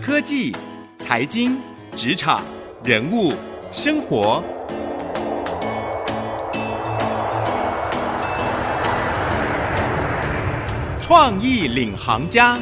科技、财经、职场、人物、生活。创意领航家。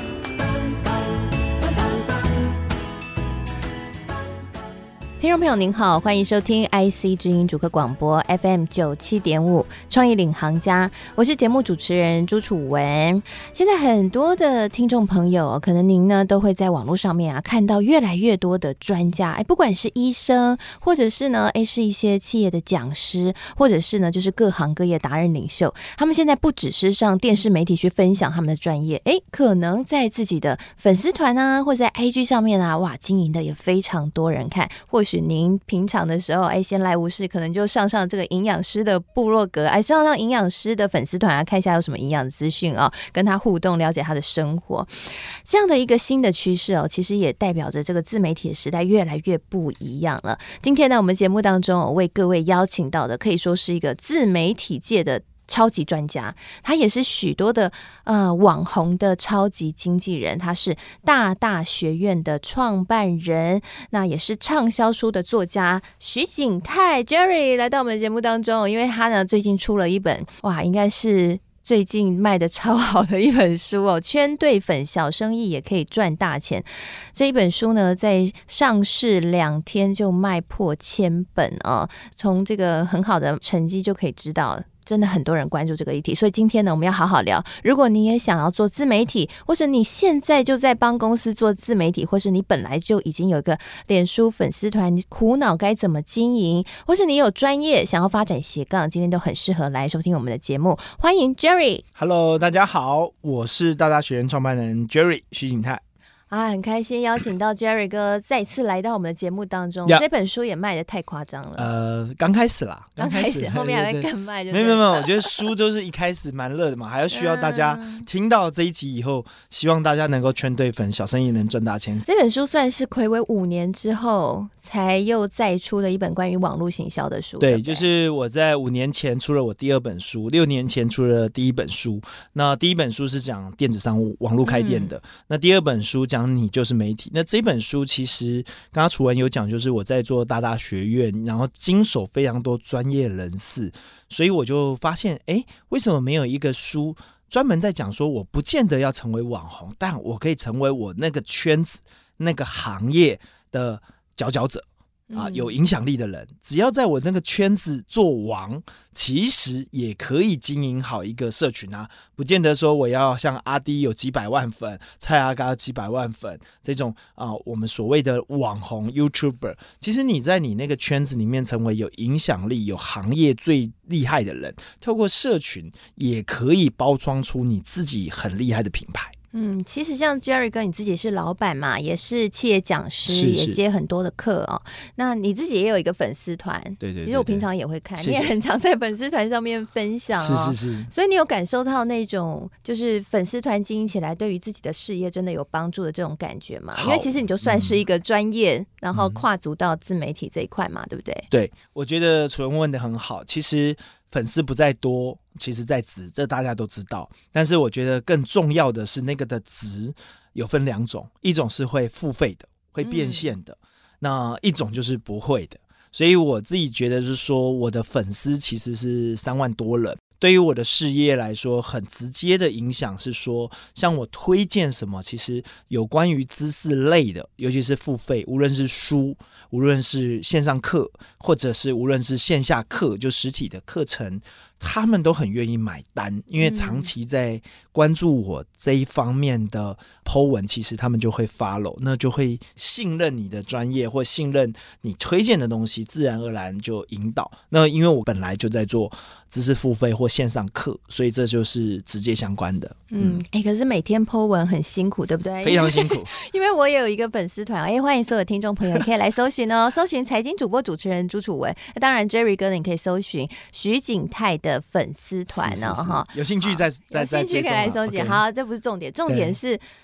听众朋友您好，欢迎收听 IC 之音主客广播 FM 97.5创意领航家，我是节目主持人朱楚文。现在很多的听众朋友，可能您呢都会在网络上面看到越来越多的专家，不管是医生，或者是呢是一些企业的讲师，或者是呢就是各行各业达人领袖，他们现在不只是上电视媒体去分享他们的专业，可能在自己的粉丝团啊，或者在 IG 上面啊，哇，经营的也非常多人看。或许您平常的时候闲来无事，可能就上这个营养师的部落格，上营养师的粉丝团啊，看一下有什么营养资讯跟他互动，了解他的生活。这样的一个新的趋势其实也代表着这个自媒体的时代越来越不一样了。今天呢，我们节目当中为各位邀请到的，可以说是一个自媒体界的超级专家，他也是许多的网红的超级经纪人，他是大学院的创办人，那也是畅销书的作家徐景泰 Jerry 来到我们的节目当中。因为他呢最近出了一本，哇，应该是最近卖的超好的一本书圈对粉小生意也可以赚大钱。这一本书呢，在上市2天就卖破1000本从这个很好的成绩就可以知道，真的很多人关注这个议题。所以今天呢，我们要好好聊，如果你也想要做自媒体，或者你现在就在帮公司做自媒体，或是你本来就已经有一个脸书粉丝团，你苦恼该怎么经营，或是你有专业想要发展斜杠，今天都很适合来收听我们的节目。欢迎 Jerry。 Hello， 大家好，我是大学院创办人 Jerry 徐景泰。 很开心邀请到 Jerry 哥再次来到我们的节目当中。这本书也卖得太夸张了。 刚开始啦， 刚开始后面还会更卖就。 没有，我觉得书都是一开始蛮热的嘛，还要需要大家听到这一集以后，希望大家能够圈对粉，小生意能赚大钱。 这本书算是睽违5年之后才又再出的一本关于网络行销的书。 对，就是我在5年前出了我第2本书，6年前出了第1本书。那第1本书是讲电子商务网络开店的，那第2本书讲你就是媒体。那这本书其实刚刚楚文有讲，就是我在做大学院，然后经手非常多专业人士，所以我就发现为什么没有一个书专门在讲说我不见得要成为网红，但我可以成为我那个圈子那个行业的佼佼者有影响力的人，只要在我那个圈子做王，其实也可以经营好一个社群不见得说我要像阿滴有几百万粉，蔡阿嘎几百万粉这种我们所谓的网红 YouTuber。 其实你在你那个圈子里面成为有影响力有行业最厉害的人，透过社群也可以包装出你自己很厉害的品牌。 其实像 Jerry 哥你自己是老板嘛，也是企业讲师，也接很多的课那你自己也有一个粉丝团。对，其实我平常也会看，你也很常在粉丝团上面分享是。 所以你有感受到那种就是粉丝团经营起来对于自己的事业真的有帮助的这种感觉吗？因为其实你就算是一个专业然后跨足到自媒体这一块嘛，对不对？ 对，我觉得楚文问得很好。其实粉丝不在多，其实在值，这大家都知道。但是我觉得更重要的是那个的值有分2种，一种是会付费的，会变现的，那一种就是不会的。所以我自己觉得是说，我的粉丝其实是3万多人。对于我的事业来说，很直接的影响是说，像我推荐什么，其实有关于知识类的，尤其是付费，无论是书，无论是线上课，或者是无论是线下课，就实体的课程，他们都很愿意买单，因为长期在关注我这一方面的 po 文，其实他们就会 follow， 那就会信任你的专业或信任你推荐的东西，自然而然就引导。那因为我本来就在做知识付费或线上课，所以这就是直接相关的。 可是每天 po 文很辛苦，对不对？ 非常辛苦。 因为我也有一个粉丝团，欢迎所有听众朋友可以来搜寻搜寻财经主播主持人朱楚文。当然 Jerry 哥你可以搜寻徐景泰的粉丝团有兴趣有兴趣可以来搜集。 好，这不是重点，重点是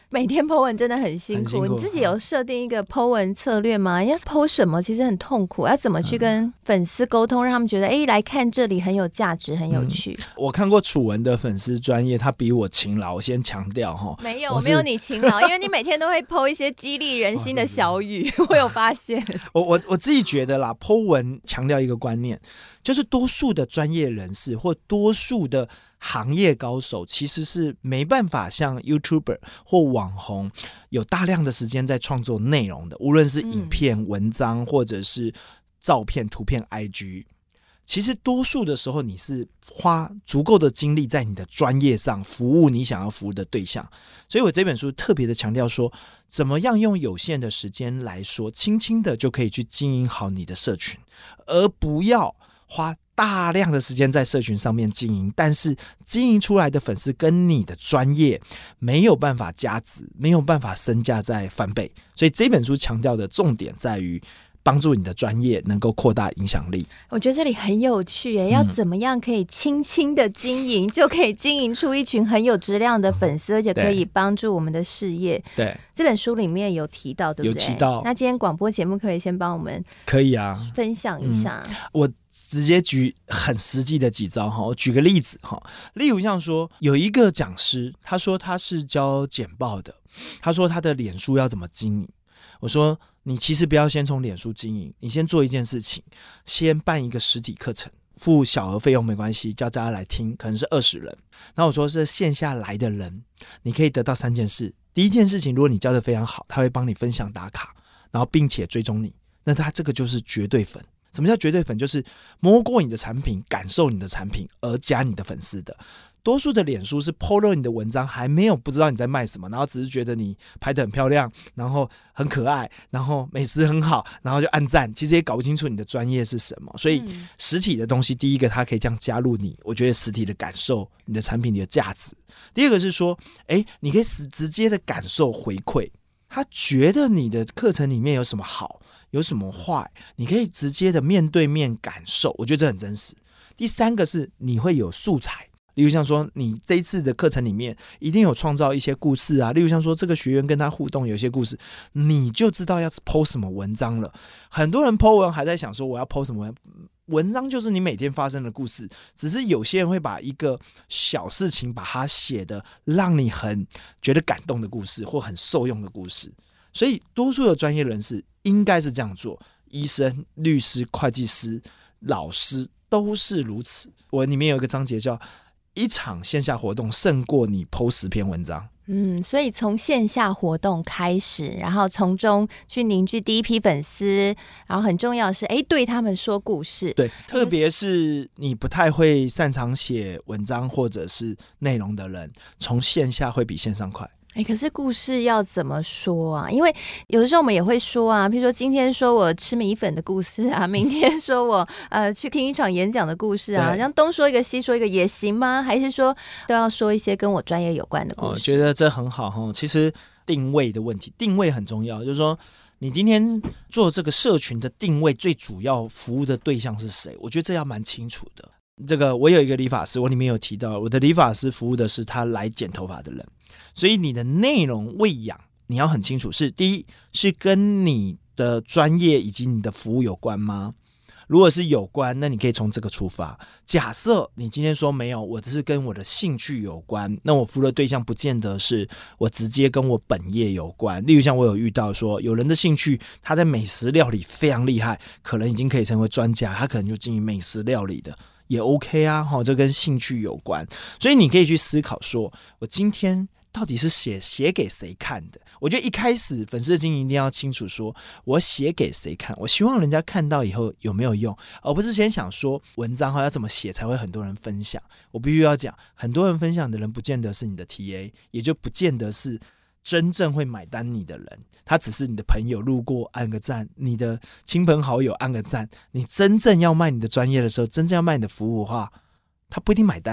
每天 po 文真的很辛苦， 很辛苦你自己有设定一个 po 文策略吗？要 po 什么其实很痛苦，要怎么去跟粉丝沟通，让他们觉得来看这里很有价值很有趣。 我看过楚文的粉丝专页，他比我勤劳，我先强调齁， 没有你勤劳，因为你每天都会 po 一些激励人心的小语我有发现。 我自己觉得啦，po 文强调一个观念，就是多数的专业人士或多数的行业高手其实是没办法像 YouTuber 或网红有大量的时间在创作内容的，无论是影片、文章或者是照片、图片、IG。其实多数的时候你是花足够的精力在你的专业上，服务你想要服务的对象。所以我这本书特别的强调说，怎么样用有限的时间来说，轻轻的就可以去经营好你的社群，而不要花大量的时间在社群上面经营，但是经营出来的粉丝跟你的专业没有办法加值，没有办法身价再翻倍。所以这本书强调的重点在于帮助你的专业能够扩大影响力。 我觉得这里很有趣耶，要怎么样可以轻轻的经营，就可以经营出一群很有质量的粉丝，而且可以帮助我们的事业。 对， 这本书里面有提到，对不对？ 有提到。 那今天广播节目可不可以先帮我们？ 可以啊， 分享一下。 我直接举很实际的几招哈，我举个例子哈，例如像说有一个讲师，他说他是教简报的，他说他的脸书要怎么经营。我说你其实不要先从脸书经营，你先做一件事情，先办一个实体课程，付小额费用没关系，叫大家来听，可能是20人。然后我说是线下来的人，你可以得到3件事。第一件事情，如果你教得非常好，他会帮你分享打卡，然后并且追踪你，那他这个就是绝对粉。什么叫绝对粉？就是摸过你的产品，感受你的产品而加你的粉丝的。多数的脸书是 po 了你的文章，还没有不知道你在卖什么，然后只是觉得你拍得很漂亮，然后很可爱，然后美食很好，然后就按赞，其实也搞不清楚你的专业是什么。所以实体的东西，第一个它可以这样加入你，我觉得实体的感受你的产品的价值。第二个是说你可以直接的感受回馈，他觉得你的课程里面有什么好有什么坏，你可以直接的面对面感受，我觉得这很真实。第三个是你会有素材，例如像说你这一次的课程里面一定有创造一些故事啊，例如像说这个学员跟他互动有些故事，你就知道要 po 什么文章了。很多人 po 文还在想说我要 po 什么文章，就是你每天发生的故事，只是有些人会把一个小事情把它写的让你很觉得感动的故事，或很受用的故事。所以多数的专业人士应该是这样做，医生、律师、会计师、老师都是如此。我里面有一个章节叫一场线下活动胜过你 po 10篇文章。 所以从线下活动开始，然后从中去凝聚第一批粉丝，然后很重要的是对他们说故事。 对，特别是你不太会擅长写文章或者是内容的人，从线下会比线上快。 可是故事要怎么说啊？因为有的时候我们也会说啊，比如说今天说我吃米粉的故事啊，明天说我去听一场演讲的故事啊，这样东说一个西说一个也行吗？还是说都要说一些跟我专业有关的故事？ 我觉得这很好。其实定位的问题，定位很重要，就是说你今天做这个社群的定位，最主要服务的对象是谁？我觉得这要蛮清楚的。这个我有一个理发师，我里面有提到，我的理发师服务的是他来剪头发的人，所以你的内容喂养你要很清楚，是第一是跟你的专业以及你的服务有关吗？如果是有关，那你可以从这个出发。假设你今天说没有，我只是跟我的兴趣有关，那我服务的对象不见得是我直接跟我本业有关。例如像我有遇到说，有人的兴趣他在美食料理非常厉害，可能已经可以成为专家，他可能就经营美食料理的也 OK 啊，这跟兴趣有关。所以你可以去思考说，我今天到底是写给谁看的？我觉得一开始粉丝的经营一定要清楚说，我写给谁看，我希望人家看到以后有没有用，而不是先想说文章要怎么写才会很多人分享。我必须要讲，很多人分享的人不见得是你的 TA， 也就不见得是真正会买单你的人，他只是你的朋友路过按个赞，你的亲朋好友按个赞。你真正要卖你的专业的时候，真正要卖你的服务的话，他不一定买单啊。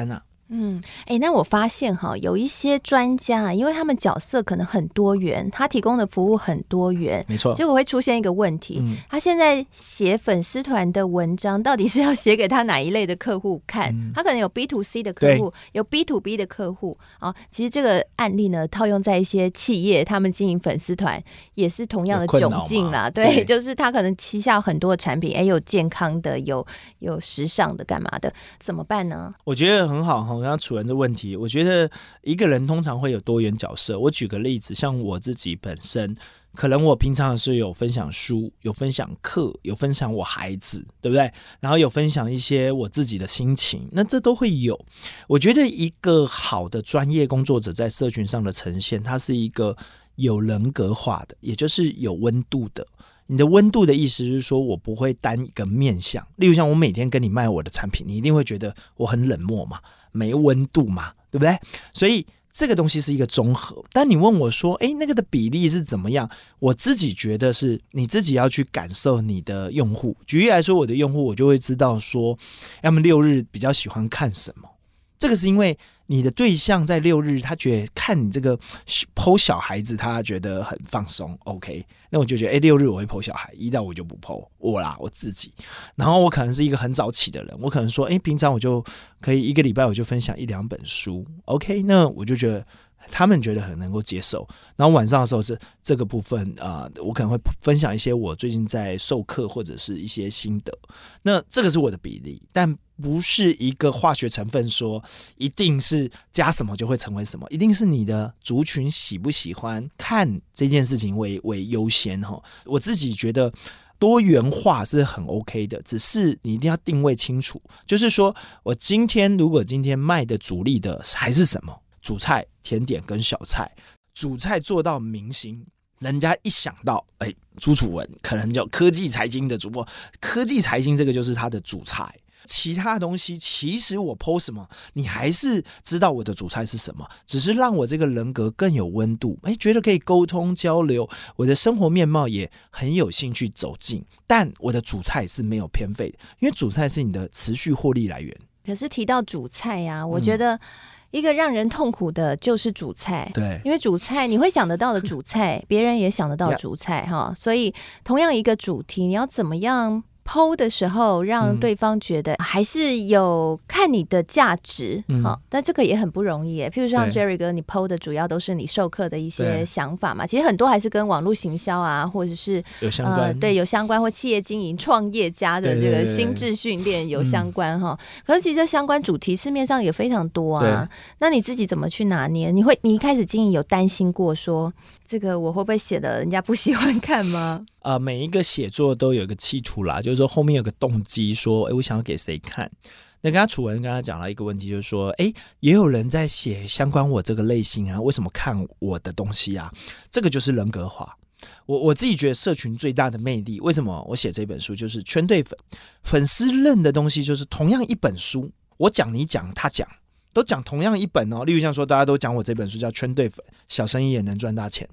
那我发现有一些专家，因为他们角色可能很多元，他提供的服务很多元， 没错， 结果会出现一个问题，他现在写粉丝团的文章，到底是要写给他哪一类的客户看？他可能有 B2C 的客户，有 B2B 的客户。其实这个案例呢，套用在一些企业，他们经营粉丝团也是同样的窘境啦。对，就是他可能旗下很多的产品，有健康的，有时尚的，干嘛的，怎么办呢？ 我觉得很好哈，刚刚楚文的问题，我觉得一个人通常会有多元角色。我举个例子，像我自己本身，可能我平常是有分享书，有分享课，有分享我孩子，对不对？然后有分享一些我自己的心情，那这都会有。我觉得一个好的专业工作者在社群上的呈现，它是一个有人格化的，也就是有温度的。你的温度的意思是说，我不会单一个面向，例如像我每天跟你卖我的产品，你一定会觉得我很冷漠嘛，没温度嘛，对不对？所以这个东西是一个综合。但你问我说那个的比例是怎么样，我自己觉得是你自己要去感受你的用户。举例来说，我的用户我就会知道说他们6日比较喜欢看什么，这个是因为你的对象在6日他觉得看你这个 po 小孩子他觉得很放松 OK， 那我就觉得6日我会 po 小孩，1到5就不 po 我自己。然后我可能是一个很早起的人，我可能说平常我就可以1个礼拜我就分享1-2本书 OK， 那我就觉得他们觉得很能够接受。然后晚上的时候是这个部分我可能会分享一些我最近在授课或者是一些心得，那这个是我的比例，但不是一个化学成分说一定是加什么就会成为什么，一定是你的族群喜不喜欢看这件事情为优先。我自己觉得多元化是很 OK 的，只是你一定要定位清楚，就是说我如果今天卖的主力的还是什么，主菜、甜点跟小菜，主菜做到明星，人家一想到朱楚文可能叫科技财经的主播，科技财经这个就是他的主菜，其他东西其实我 po 什么你还是知道我的主菜是什么，只是让我这个人格更有温度，觉得可以沟通交流，我的生活面貌也很有兴趣走进，但我的主菜是没有偏废的，因为主菜是你的持续获利来源。 可是提到主菜我觉得一个让人痛苦的就是主菜， 对， 因为主菜你会想得到的主菜别人也想得到主菜所以同样一个主题，你要怎么样PO 的时候让对方觉得还是有看你的价值但这个也很不容易譬如说像 Jerry 哥，你 PO 的主要都是你授课的一些想法嘛，其实很多还是跟网络行销或者是有相关对，有相关，或企业经营创业家的这个心智训练有相关可是其实这相关主题市面上也非常多那你自己怎么去拿捏？你一开始经营有担心过说这个我会不会写的人家不喜欢看吗？ 每一个写作都有一个企图啦，就是说后面有个动机说我想要给谁看。那刚刚楚文跟他讲了一个问题，就是说也有人在写相关我这个类型为什么看我的东西这个就是人格化。我自己觉得社群最大的魅力，为什么我写这本书，就是圈对粉丝认的东西，就是同样一本书，我讲你讲他讲，都讲同样一本例如像说大家都讲我这本书叫圈对粉，小生意也能赚大钱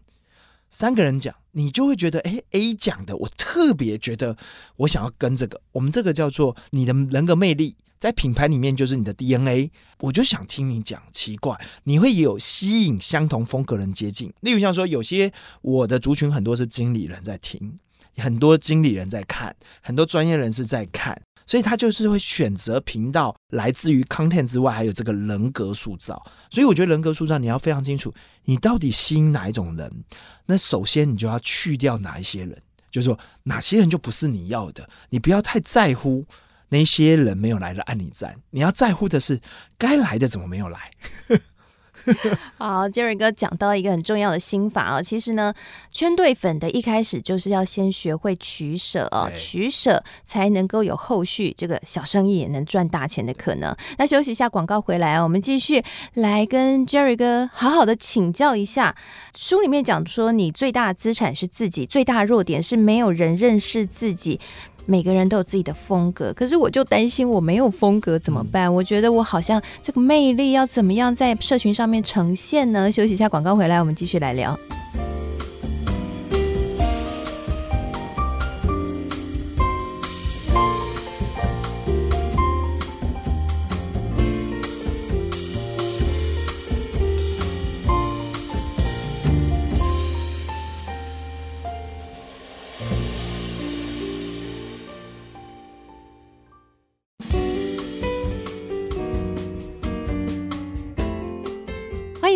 ，3个人讲，你就会觉得A 讲的我特别觉得我想要跟这个，我们这个叫做你的人格魅力，在品牌里面就是你的 DNA， 我就想听你讲，奇怪你会有吸引相同风格人接近。例如像说有些我的族群很多是经理人在听，很多经理人在看，很多专业人士在看，所以他就是会选择频道来自于 content 之外还有这个人格塑造。所以我觉得人格塑造你要非常清楚你到底吸引哪一种人，那首先你就要去掉哪一些人，就是说哪些人就不是你要的，你不要太在乎那些人没有来的按你赞，你要在乎的是该来的怎么没有来。 好，Jerry 哥讲到一个很重要的心法其实呢，圈对粉的一开始就是要先学会取舍取舍才能够有后续这个小生意也能赚大钱的可能。那休息一下广告回来我们继续来跟 Jerry 哥好好的请教一下。书里面讲说你最大的资产是自己，最大的弱点是没有人认识自己。每个人都有自己的风格，可是我就担心我没有风格怎么办？我觉得我好像这个魅力要怎么样在社群上面呈现呢？休息一下广告回来我们继续来聊。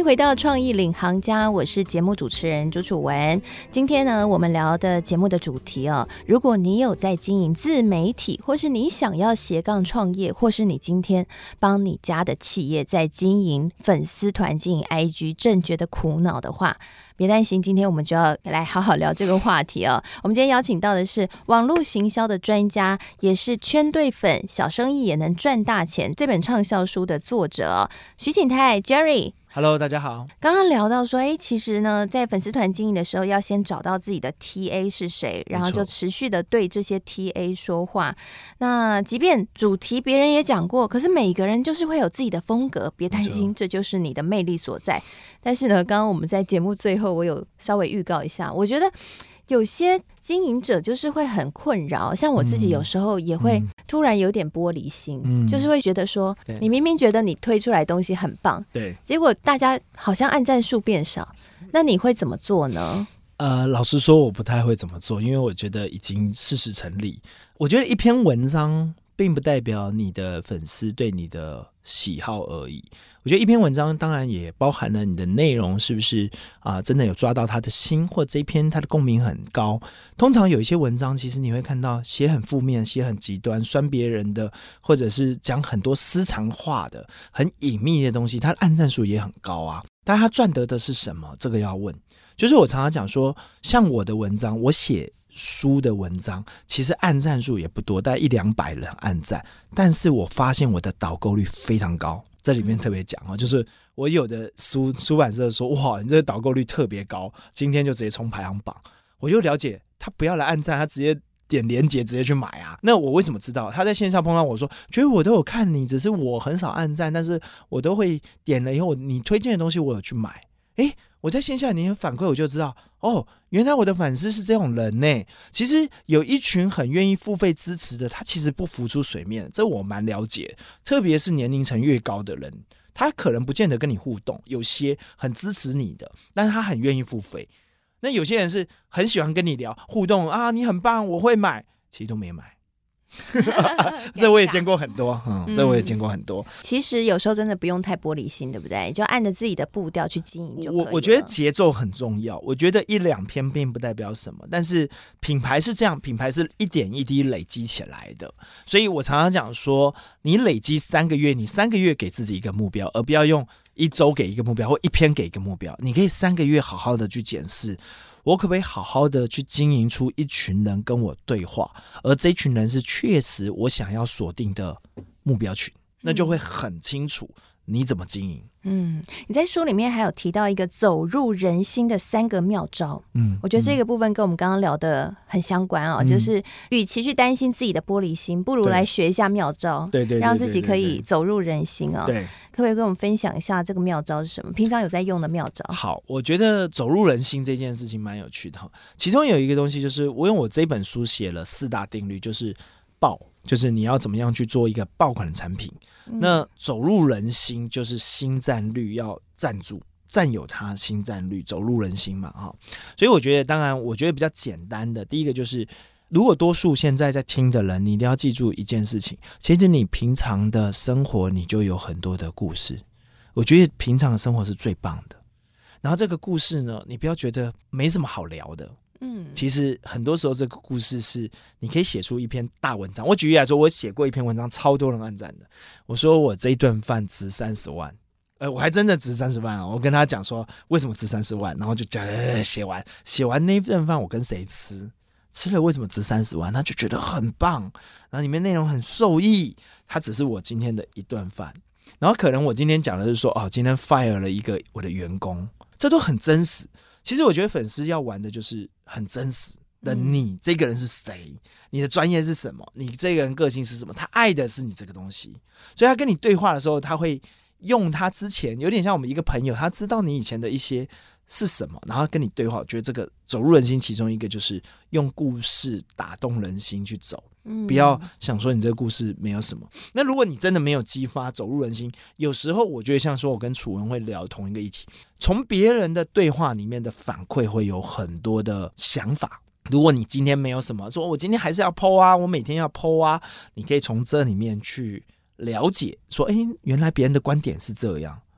迎回到创意领航家，我是节目主持人朱楚文。今天呢，我们聊的节目的主题哦，如果你有在经营自媒体，或是你想要斜杠创业，或是你今天帮你家的企业在经营粉丝团、经营 IG， 正觉得苦恼的话，别担心，今天我们就要来好好聊这个话题哦。我们今天邀请到的是网络行销的专家，也是圈对粉，小生意也能赚大钱这本畅销书的作者哦，徐景泰 Jerry。Hello， 大家好。 刚刚聊到说，其实呢，在粉丝团经营的时候，要先找到自己的 TA 是谁，然后就持续的对这些 TA 说话。那即便主题别人也讲过，可是每个人就是会有自己的风格，别担心，这就是你的魅力所在。但是呢，刚刚我们在节目最后，我有稍微预告一下，我觉得有些经营者就是会很困扰，像我自己有时候也会突然有点玻璃心，就是会觉得说，你明明觉得你推出来的东西很棒， 对， 结果大家好像按赞数变少，那你会怎么做呢？ 老实说，我不太会怎么做，因为我觉得已经事实成立。我觉得一篇文章并不代表你的粉丝对你的喜好而已。我觉得一篇文章当然也包含了你的内容是不是真的有抓到他的心，或这一篇他的共鸣很高。通常有一些文章其实你会看到写很负面、写很极端、酸别人的，或者是讲很多私藏化的很隐秘的东西，他的按赞数也很高啊。但他赚得的是什么？这个要问。就是我常常讲说，像我的文章，我写书的文章其实按赞数也不多，大概100-200人按赞，但是我发现我的导购率非常高。这里面特别讲就是我有的出版社说，哇，你这个导购率特别高，今天就直接冲排行榜。我就了解他不要来按赞，他直接点连结直接去买啊。那我为什么知道？他在线上碰到我说，觉得我都有看你，只是我很少按赞，但是我都会点了以后你推荐的东西我有去买。我在线下你的反馈我就知道，原来我的粉丝是这种人呢。其实有一群很愿意付费支持的，他其实不浮出水面，这我蛮了解。特别是年龄层越高的人，他可能不见得跟你互动，有些很支持你的，但是他很愿意付费。那有些人是很喜欢跟你聊互动啊，你很棒，我会买，其实都没买。这我也见过很多，这我也见过很多。 其实有时候真的不用太玻璃心，对不对？就按着自己的步调去经营就可以了。 我觉得节奏很重要。我觉得1-2篇并不代表什么，但是品牌是这样，品牌是一点一滴累积起来的。所以我常常讲说，你累积3个月，你3个月给自己一个目标，而不要用1周给一个目标，或1篇给一个目标。你可以3个月好好的去检视，我可不可以好好的去经营出一群人跟我对话，而这群人是确实我想要锁定的目标群，那就会很清楚你怎么经营。 你在书里面还有提到一个走入人心的3个妙招。我觉得这个部分跟我们刚刚聊的很相关哦，就是与其去担心自己的玻璃心，不如来学一下妙招， 对， 让自己可以走入人心哦。 对， 可不可以跟我们分享一下这个妙招是什么？平常有在用的妙招？ 好，我觉得走入人心这件事情蛮有趣的，其中有一个东西就是我用我这本书写了4大定律，就是就是你要怎么样去做一个爆款的产品。那走入人心就是心占率要占有它心占率，走入人心嘛。所以我觉得，当然我觉得比较简单的第一个就是，如果多数现在在听的人，你一定要记住一件事情，其实你平常的生活你就有很多的故事。我觉得平常的生活是最棒的，然后这个故事呢，你不要觉得没什么好聊的。其实很多时候这个故事是你可以写出一篇大文章。我举例来说，我写过一篇文章，超多人按赞的。我说我这一顿饭值30万，我还真的值30万啊！我跟他讲说为什么值30万，然后就写完那顿饭我跟谁吃了为什么值30万，他就觉得很棒，然后里面内容很受益，它只是我今天的一顿饭。然后可能我今天讲的是说，今天 fire 了一个我的员工，这都很真实。其实我觉得粉丝要玩的就是很真实的你这个人是谁，你的专业是什么，你这个人个性是什么，他爱的是你这个东西。所以他跟你对话的时候，他会用他之前有点像我们一个朋友，他知道你以前的一些是什么，然后跟你对话。我觉得这个走入人心其中一个就是用故事打动人心去走，不要想说你这个故事没有什么。那如果你真的没有激发走入人心，有时候我觉得像说我跟楚文会聊同一个议题，从别人的对话里面的反馈会有很多的想法。如果你今天没有什么说我今天还是要 po 啊，我每天要 po 啊，你可以从这里面去了解说，原来别人的观点是这样，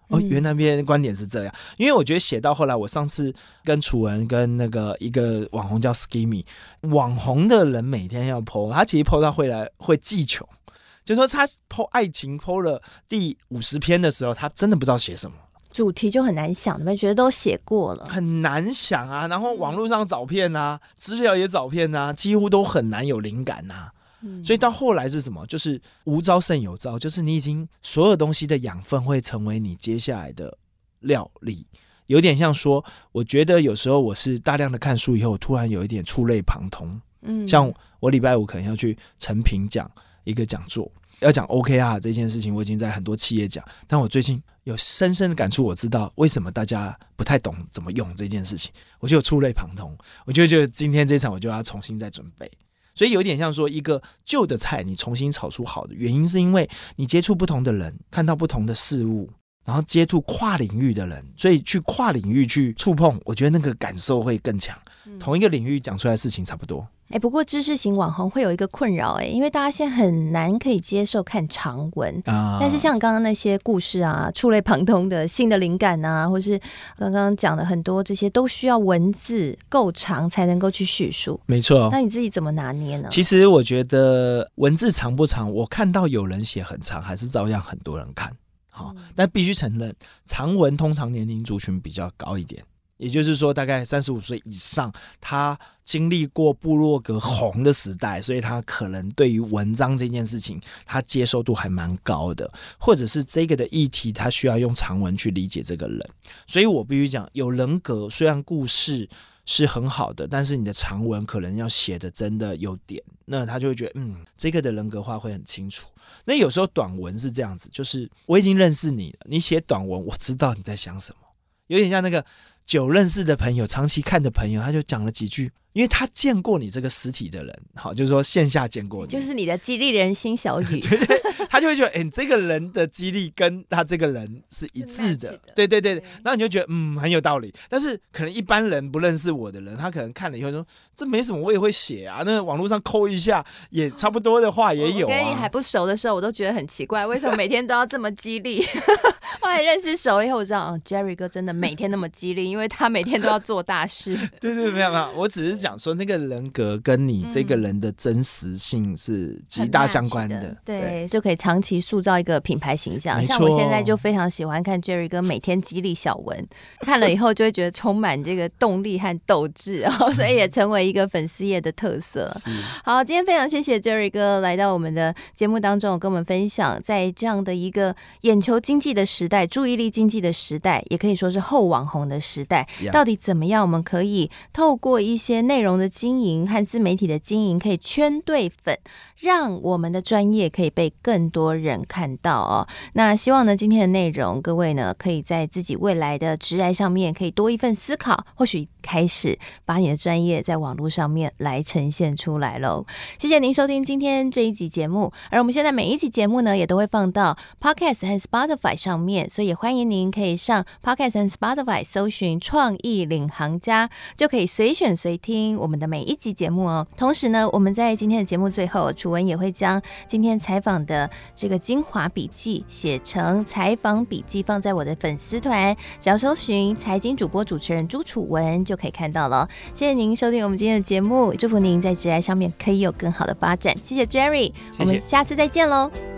原来那边观点是这样。因为我觉得写到后来，我上次跟楚文跟那个一个网红叫 Skimmy， 网红的人每天要 po， 他其实 po 到会记穷，就是说他 po 爱情 po 了第50篇的时候，他真的不知道写什么。 主题就很难想，你们觉得都写过了， 很难想啊。然后网络上找片啊，资料也找片啊，几乎都很难有灵感啊。所以到后来是什么？就是无招胜有招，就是你已经所有东西的养分会成为你接下来的料理。有点像说，我觉得有时候我是大量的看书以后，我突然有一点触类旁通。像我礼拜五可能要去成品讲一个讲座，要讲 OKR 这件事情，我已经在很多企业讲，但我最近有深深的感触，我知道为什么大家不太懂怎么用这件事情，我就有触类旁通。我就觉得今天这场我就要重新再准备。所以有点像说一个旧的菜你重新炒出好的原因，是因为你接触不同的人，看到不同的事物，然后接触跨领域的人，所以去跨领域去触碰，我觉得那个感受会更强。同一个领域讲出来的事情差不多。 不过知识型网红会有一个困扰，因为大家现在很难可以接受看长文但是像刚刚那些故事啊，触类旁通的新的灵感啊，或是刚刚讲的很多这些都需要文字够长才能够去叙述。 没错。 那你自己怎么拿捏呢？ 其实我觉得文字长不长，我看到有人写很长，还是照样很多人看。但必须承认，长文通常年龄族群比较高一点。也就是说大概35岁以上，他经历过部落格红的时代，所以他可能对于文章这件事情他接受度还蛮高的，或者是这个的议题他需要用长文去理解这个人。所以我必须讲，有人格虽然故事是很好的，但是你的长文可能要写的真的有点，那他就会觉得这个的人格化会很清楚。那有时候短文是这样子，就是我已经认识你了，你写短文我知道你在想什么，有点像那个久认识的朋友，长期看的朋友，他就讲了几句，因为他见过你这个实体的人，好，就是说线下见过你， 就是你的激励人心小语对，他就会觉得你这个人的激励跟他这个人是一致的，对，然后你就觉得很有道理。但是可能一般人不认识我的人，他可能看了以后说这没什么，我也会写啊，那网络上抠一下也差不多的话也有啊。 我跟你还不熟的时候，我都觉得很奇怪，为什么每天都要这么激励后来认识熟以后，我知道Jerry 哥真的每天那么激励，因为他每天都要做大事对，没有，我只是讲说那个人格跟你这个人的真实性是极大相关的， 对，就可以长期塑造一个品牌形象。像我现在就非常喜欢看 Jerry 哥每天激励小文，看了以后就会觉得充满这个动力和斗志所以也成为一个粉丝页的特色。好，今天非常谢谢 Jerry 哥来到我们的节目当中，跟我们分享在这样的一个眼球经济的时代，注意力经济的时代，也可以说是后网红的时代，到底怎么样我们可以透过一些内容的经营和自媒体的经营，可以圈对粉，让我们的专业可以被更多人看到那希望呢，今天的内容各位呢，可以在自己未来的职涯上面可以多一份思考，或许开始把你的专业在网络上面来呈现出来咯。谢谢您收听今天这一集节目，而我们现在每一集节目呢，也都会放到 Podcast 和 Spotify 上面，所以也欢迎您可以上 Podcast 和 Spotify 搜寻创意领航家，就可以随选随听我们的每一集节目同时呢，我们在今天的节目最后，楚文也会将今天采访的这个精华笔记写成采访笔记，放在我的粉丝团，只要搜寻财经主播主持人朱楚文就可以看到了。谢谢您收听我们今天的节目，祝福您在职涯上面可以有更好的发展。谢谢 Jerry， 我们下次再见咯。